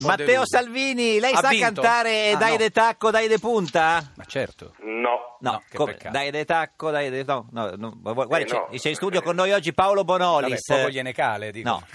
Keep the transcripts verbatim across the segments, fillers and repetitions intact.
Matteo Salvini, lei Ha sa vinto? cantare Ah, Dai no. de tacco, dai de punta? Ma certo. No. No, No, che come? peccato. Dai de tacco, dai de... No, no, no. Guarda, Eh, c'è, no. c'è in studio con noi oggi Paolo Vabbè, Bonolis. poco gliene cale, dico. No.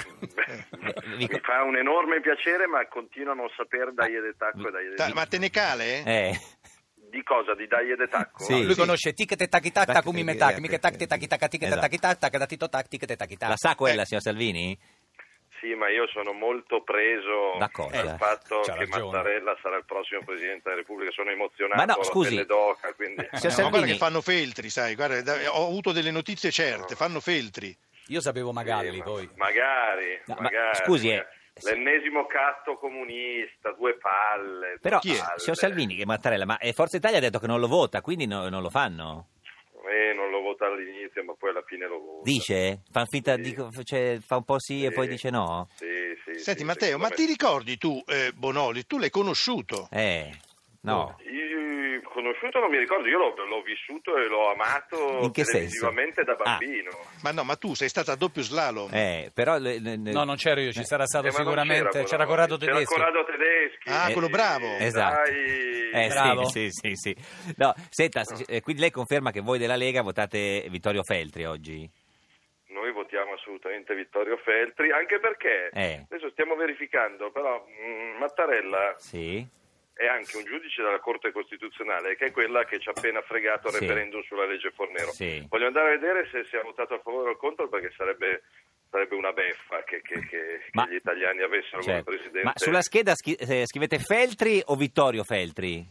Mi fa un enorme piacere, ma continuo a non sapere dai de tacco e dai de Ta- ma te ne cale? Eh. Di cosa? Di dai de tacco? Sì. Lui conosce tic te tac tac tac come me tac, mica tac te tac tac tic te Esatto. tac tac tac da tito tac tic te tac tac. La sa quella, signor Salvini? Sì, ma io sono molto preso Da cosa? dal fatto C'ha che ragione. Mattarella sarà il prossimo Presidente della Repubblica. Sono emozionato, Ma no, ho la scusi. pelle d'oca, quindi... Signor No, ma Salvini. guarda che fanno feltri, sai, guarda, da- ho avuto delle notizie certe, fanno feltri. Io sapevo Magalli Sì, ma- poi. Magari, No, ma magari. scusi, eh, L'ennesimo catto comunista, due palle. Però, Chi è? palle. signor Salvini, che Mattarella, ma eh, Forza Italia ha detto che non lo vota, quindi no- non lo fanno? Eh, non lo vota all'inizio, ma poi alla fine lo vota. Dice? Fa finta Sì. di... cioè, fa un po' sì, e Sì. poi dice no? Sì, sì, Senti sì, Matteo, ma secondo ti me- ricordi tu, eh, Bonoli, tu l'hai conosciuto? Eh, no. Io conosciuto non mi ricordo, io l'ho, l'ho vissuto e l'ho amato In che televisivamente senso? da bambino. Ma no, ma tu sei stata a doppio slalom. Eh, però... le- le- le- No, non c'ero io, ci sarà stato Eh, ma non sicuramente, c'era c'era Corrado- Corrado Tedeschi. C'era Corrado Tedeschi. Ah, quello bravo. Esatto. Dai. Eh, Bravo. sì, sì, sì, sì. No, senta, s- eh, quindi lei conferma che voi della Lega votate Vittorio Feltri oggi? Noi votiamo assolutamente Vittorio Feltri, anche perché Eh. adesso stiamo verificando, però mh, Mattarella Sì? è anche un giudice della Corte Costituzionale, che è quella che ci ha appena fregato il Sì. referendum sulla legge Fornero. Sì. Voglio andare a vedere se si è votato a favore o contro, perché sarebbe, sarebbe una beffa che, che- che- Ma- che gli italiani avessero Certo. come presidente. Ma sulla scheda schi- eh, scrivete Feltri o Vittorio Feltri?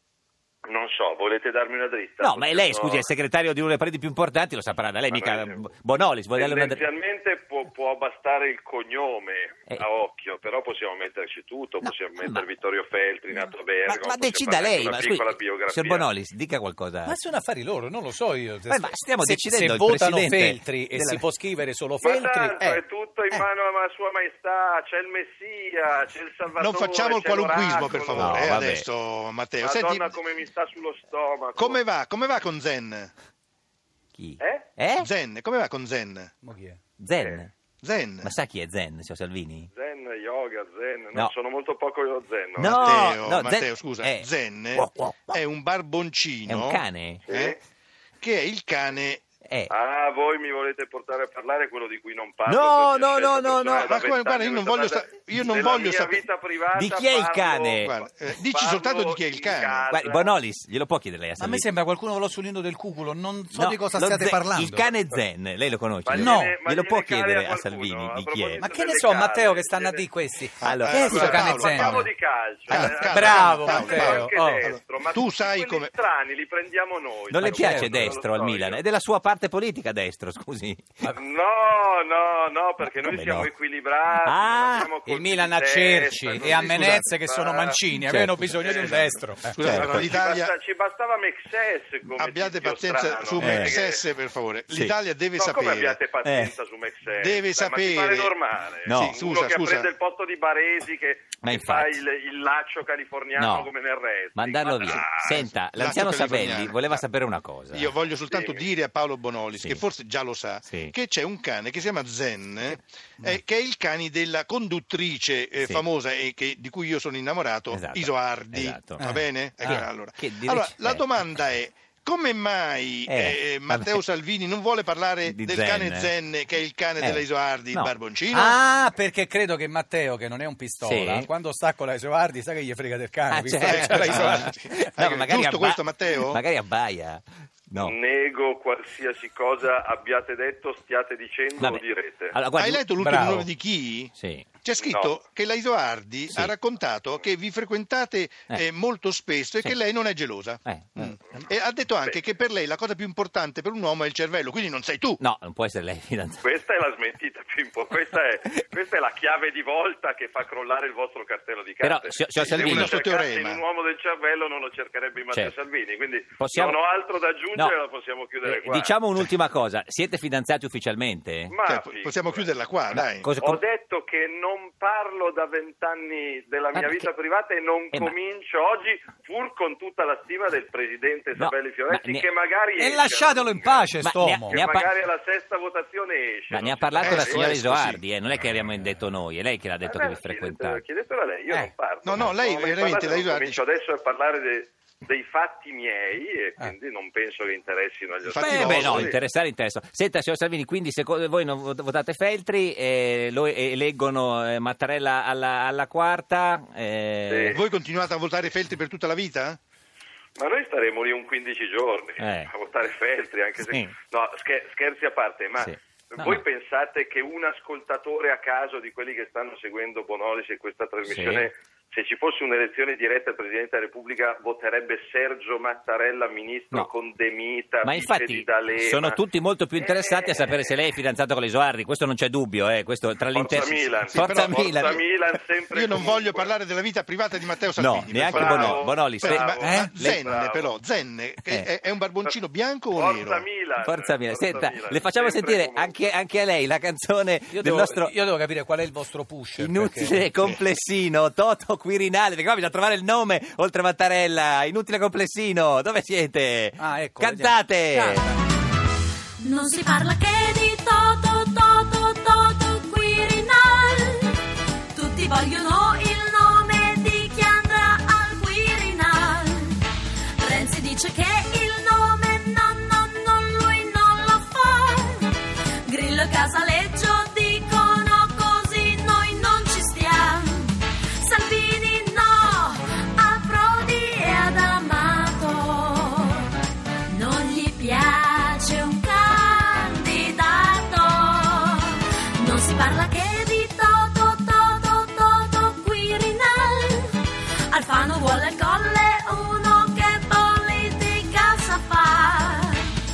Non so, volete darmi una dritta? No, ma è lei, Perché scusi, è no- il segretario di uno dei partiti più importanti, lo saprà da lei, Ma mica noi- Bonolis, vuole darle una dritta? Tendenzialmente può, può bastare il cognome Eh. a occhio, però possiamo metterci tutto, No, possiamo ma- mettere Vittorio Feltri, nato a Ma, Bergamo. ma possiamo decida fare anche lei, una ma piccola scusi, biografia. signor Bonolis, dica qualcosa. Ma sono affari loro, non lo so io. Eh, ma stiamo se, decidendo se il votano presidente Feltri e della- si può scrivere solo Ma Feltri, tanto eh. è tutto in mano alla sua maestà, c'è il Messia, c'è il Salvatore. Non facciamo il c'è qualunquismo, per l'oracolo. favore, No, eh, vabbè. adesso, Matteo. Madonna, Senti, come mi sta sullo stomaco. come va? Come va con Zen? Chi? Eh? Eh? Zen, come va con Zen? Ma chi è? Zen? Zen? Ma sa chi è Zen, signor Salvini? Zen, yoga, zen, no, No. sono molto poco io zen. No. Matteo, no, Matteo, Zen- scusa, eh. Zen Wow, wow, wow. è un barboncino. È un cane? eh, che è il cane. Eh. Ah, voi mi volete portare a parlare quello di cui non parlo. No, perché no, scelta no, no, personale no. da Ma come- vent'anni guarda, io non questa voglio cosa- sta- io non della voglio mia sapere- vita privata Di chi è il parlo- cane? Guarda, eh, dici parlo soltanto di chi è il in cane. casa. Guardi, Bonolis, glielo può chiedere lei a A me Salvini? sembra qualcuno con lo sullino del cuculo, non so No, di cosa lo stiate Zen- parlando. Il cane Zen, lei lo conosce? Ma No, gliene- ma glielo può gliene cade chiedere a qualcuno, Salvini a di chi è? proposito Ma che ne delle so, Matteo, case, che stanno a delle- di questi? Allora, Che è allora, questo cane Paolo, Zen? Parliamo di calcio. Allora, eh. calma, Bravo, Paolo, Matteo. Anche Oh. destro, ma Tu tutti sai quelli come- strani li prendiamo noi. Non le Ma piace certo, destro non al lo so Milan? io. È della sua parte politica destro, scusi. No, no, no, perché noi Come siamo no? equilibrati. Ah, non abbiamo Il colpi Milan di a testa, Cerci così, e a Menezze che scusate, sono ma- mancini, Certo. avevano bisogno di un destro. Eh. Scusate, Certo. però Ci, l'Italia. basta- ci bastava Mexes come Abbiate tizio pazienza strano, su eh, Mexes, per favore. Sì. L'Italia deve No, come sapere. abbiate pazienza Eh. su Mexes? Deve Beh, Ma sapere. ti pare normale? No. Sì, Uno scusa, che scusa. prende il posto di Baresi che, Ma che infatti. fa il, il laccio californiano No. come nel wrestling. Mandarlo Ma via. dai. Senta, l'anziano Lascio Sabelli californiano. voleva Ah. sapere una cosa. Io voglio soltanto Sì. dire a Paolo Bonolis, Sì. che forse già lo sa, Sì. che c'è un cane che si chiama Zen, eh, che è il cane della conduttrice eh, Sì. famosa e che- di cui io sono innamorato, Esatto. Isoardi. Esatto. Va Eh. bene? Ecco, Ah. allora, Che di allora, rec- la eh. domanda è: come mai Eh, eh, Matteo vabbè. Salvini non vuole parlare Di del Zen. cane Zen, che è il cane Eh. della Isoardi, No. il barboncino? Ah, perché credo che Matteo, che non è un pistola, Sì. quando sta con la Isoardi, sa che gli frega del cane, Ah, visto certo. che c'ha la Isoardi. No, ma magari Giusto abba- questo, Matteo? Magari abbaia. No. Nego qualsiasi cosa abbiate detto, stiate dicendo Vabbè. o direte. Allora, guardi- Hai letto l'ultimo bravo. nome di chi? Sì. C'è scritto No. che la Isoardi Sì. ha raccontato che vi frequentate Eh. eh, molto spesso e Sì. che lei non è gelosa. Eh, Mm. eh. E ha detto anche Beh. che per lei la cosa più importante per un uomo è il cervello, quindi non sei tu. No, non può essere lei fidanzata. Questa è la smentita più importante, questa è, questa è la chiave di volta che fa crollare il vostro cartello di Però, carte. signor- signor Se Salvini- uno Il nostro cercasse teorema. in un uomo del cervello non lo cercherebbe in Matteo Certo. Salvini, quindi Possiamo- non ho altro da aggiungere, No. la possiamo chiudere Eh, qua. diciamo un'ultima cosa, siete fidanzati ufficialmente? Ma Cioè, figurati. possiamo chiuderla qua, dai. Cosa- Ho com- detto che non parlo da vent'anni della mia Ah, vita che- privata e non Eh, ma- comincio oggi, pur con tutta la stima del presidente No, Sabelli Fioretti, ma ne- che magari E esce lasciatelo alla in lunga, pace, Ma st'uomo. ne ha- che ne ha pa- magari alla sesta votazione esce. Ma non ne ha si parlato sa. la Eh, signora Isoardi, eh, non è che abbiamo detto noi, è lei che l'ha detto Eh, che beh, vi frequentate. Chiedetelo a lei, io Eh. non parlo. No, no, lei Non ho mai veramente, parlato, lei- non comincio adesso a parlare de- dei fatti miei e quindi non penso che interessino agli Infatti Beh, no, beh, no, sì. interessare interessa. Senta, signor Salvini, quindi secondo voi non vot- votate Feltri, eh, lo eleggono eh, Mattarella alla, alla quarta? eh, Sì. Voi continuate a votare Feltri per tutta la vita? Ma noi staremo lì un quindici giorni Eh. a votare Feltri, anche se... Sì. No, scher- scherzi a parte, ma Sì. No, voi no. pensate che un ascoltatore a caso di quelli che stanno seguendo Bonolis e questa trasmissione, se ci fosse un'elezione diretta al Presidente della Repubblica, voterebbe Sergio Mattarella, ministro No. con De Mita, Ma vice infatti di D'Alema? sono tutti molto più interessati a sapere se lei è fidanzato con l'Isoardi, questo non c'è dubbio, eh, questo tra Forza l'inter... Milan, Forza però- Milan. Forza Milan sempre Io non comunque. voglio parlare della vita privata di Matteo No, Salvini. neanche per favore. Bono- Bonolis. Beh, ma- Bravo. ma Eh? Zenne Bravo. però, Zenne, che Eh. è, è un barboncino bianco o Forza nero? Milan. Forza Milan. Forza Senta, Milan, le facciamo sempre sentire comunque. anche, anche a lei la canzone Io del devo, nostro io devo capire qual è il vostro pusher. inutile perché- complessino Toto Quirinale, perché qua bisogna trovare il nome oltre Mattarella. Inutile complessino, dove siete? Ah, ecco, Cantate! vediamo. Canta. Non si parla che di Toto, Toto, Toto Quirinal. Tutti vogliono il nome di chi andrà al Quirinal. Renzi dice che il nome no, no, no, lui non lo fa. Grillo e Casaleggio dicono così noi non ci stiamo. Salvini no, a Prodi e ad Amato. Non gli piace un candidato. Non si parla che di Toto, Toto, Toto Quirinal. Alfano vuole il colle, uno che politica sa far.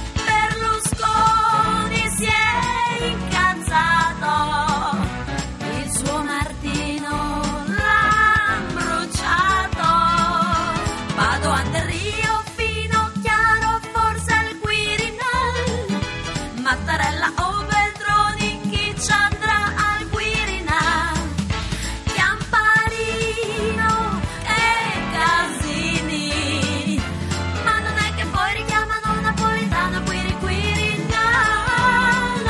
Berlusconi si è incazzato. Il suo Martino l'ha bruciato. Padoan del Rio fino chiaro, forse il Quirinal. Mattarella o Veltroni, chi ci andrà al Quirinal? Chiamparino e Casini, ma non è che poi richiamano Napolitano, Quiri Quirinal.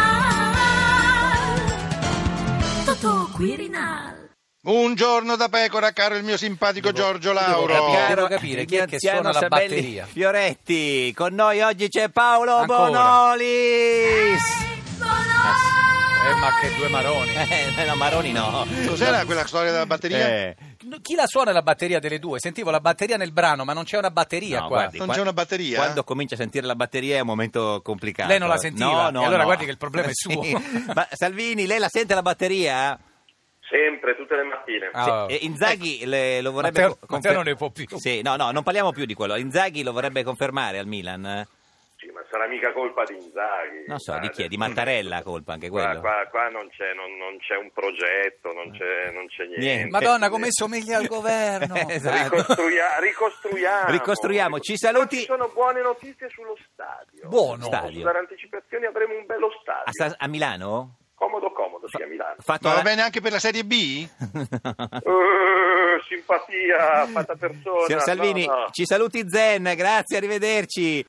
Totò Quirinal. Un giorno da pecora, caro il mio simpatico Giorgio devo Lauro. capire. Caro capire chi è che Tiziano suona la Sabelli batteria. Fioretti, con noi oggi c'è Paolo Ancora. Bonolis. Eh, ma che due maroni. Eh, no, Maroni no. Cos'era quella storia della batteria? Eh, Chi la suona la batteria delle due? Sentivo la batteria nel brano, ma non c'è una batteria no, qua. guardi, Non qua- c'è una batteria? Quando comincia a sentire la batteria è un momento complicato. Lei non la sentiva? No, no, E allora no. guardi che il problema è Sì. suo. Ma Salvini, lei la sente la batteria? Sempre, tutte le mattine. Ah. Sì, e Inzaghi le- lo vorrebbe Matteo- co- Matteo confer- non ne può più. Sì, no, no, non parliamo più di quello. Inzaghi lo vorrebbe confermare al Milan? Sì, ma sarà mica colpa di Inzaghi. Non so, di Guarda. chi è? Di Mattarella colpa anche Qua, quello? qua, qua non, c'è, non, non c'è un progetto, non c'è, non c'è niente. Niente. Madonna, come somiglia al governo. Esatto. Ricostruia- ricostruiamo. Ricostruiamo. Ci Ma saluti. ci sono buone notizie sullo stadio. Buono. Stadio. Posso dare anticipazioni, avremo un bello stadio. A, Sa- a Milano? Comodo, comodo, sì, a Milano. Fatto Ma va alla- bene anche per la Serie B? Eh, simpatia, fatta persona. Signor Salvini, no, no. ci saluti Zen, grazie, arrivederci.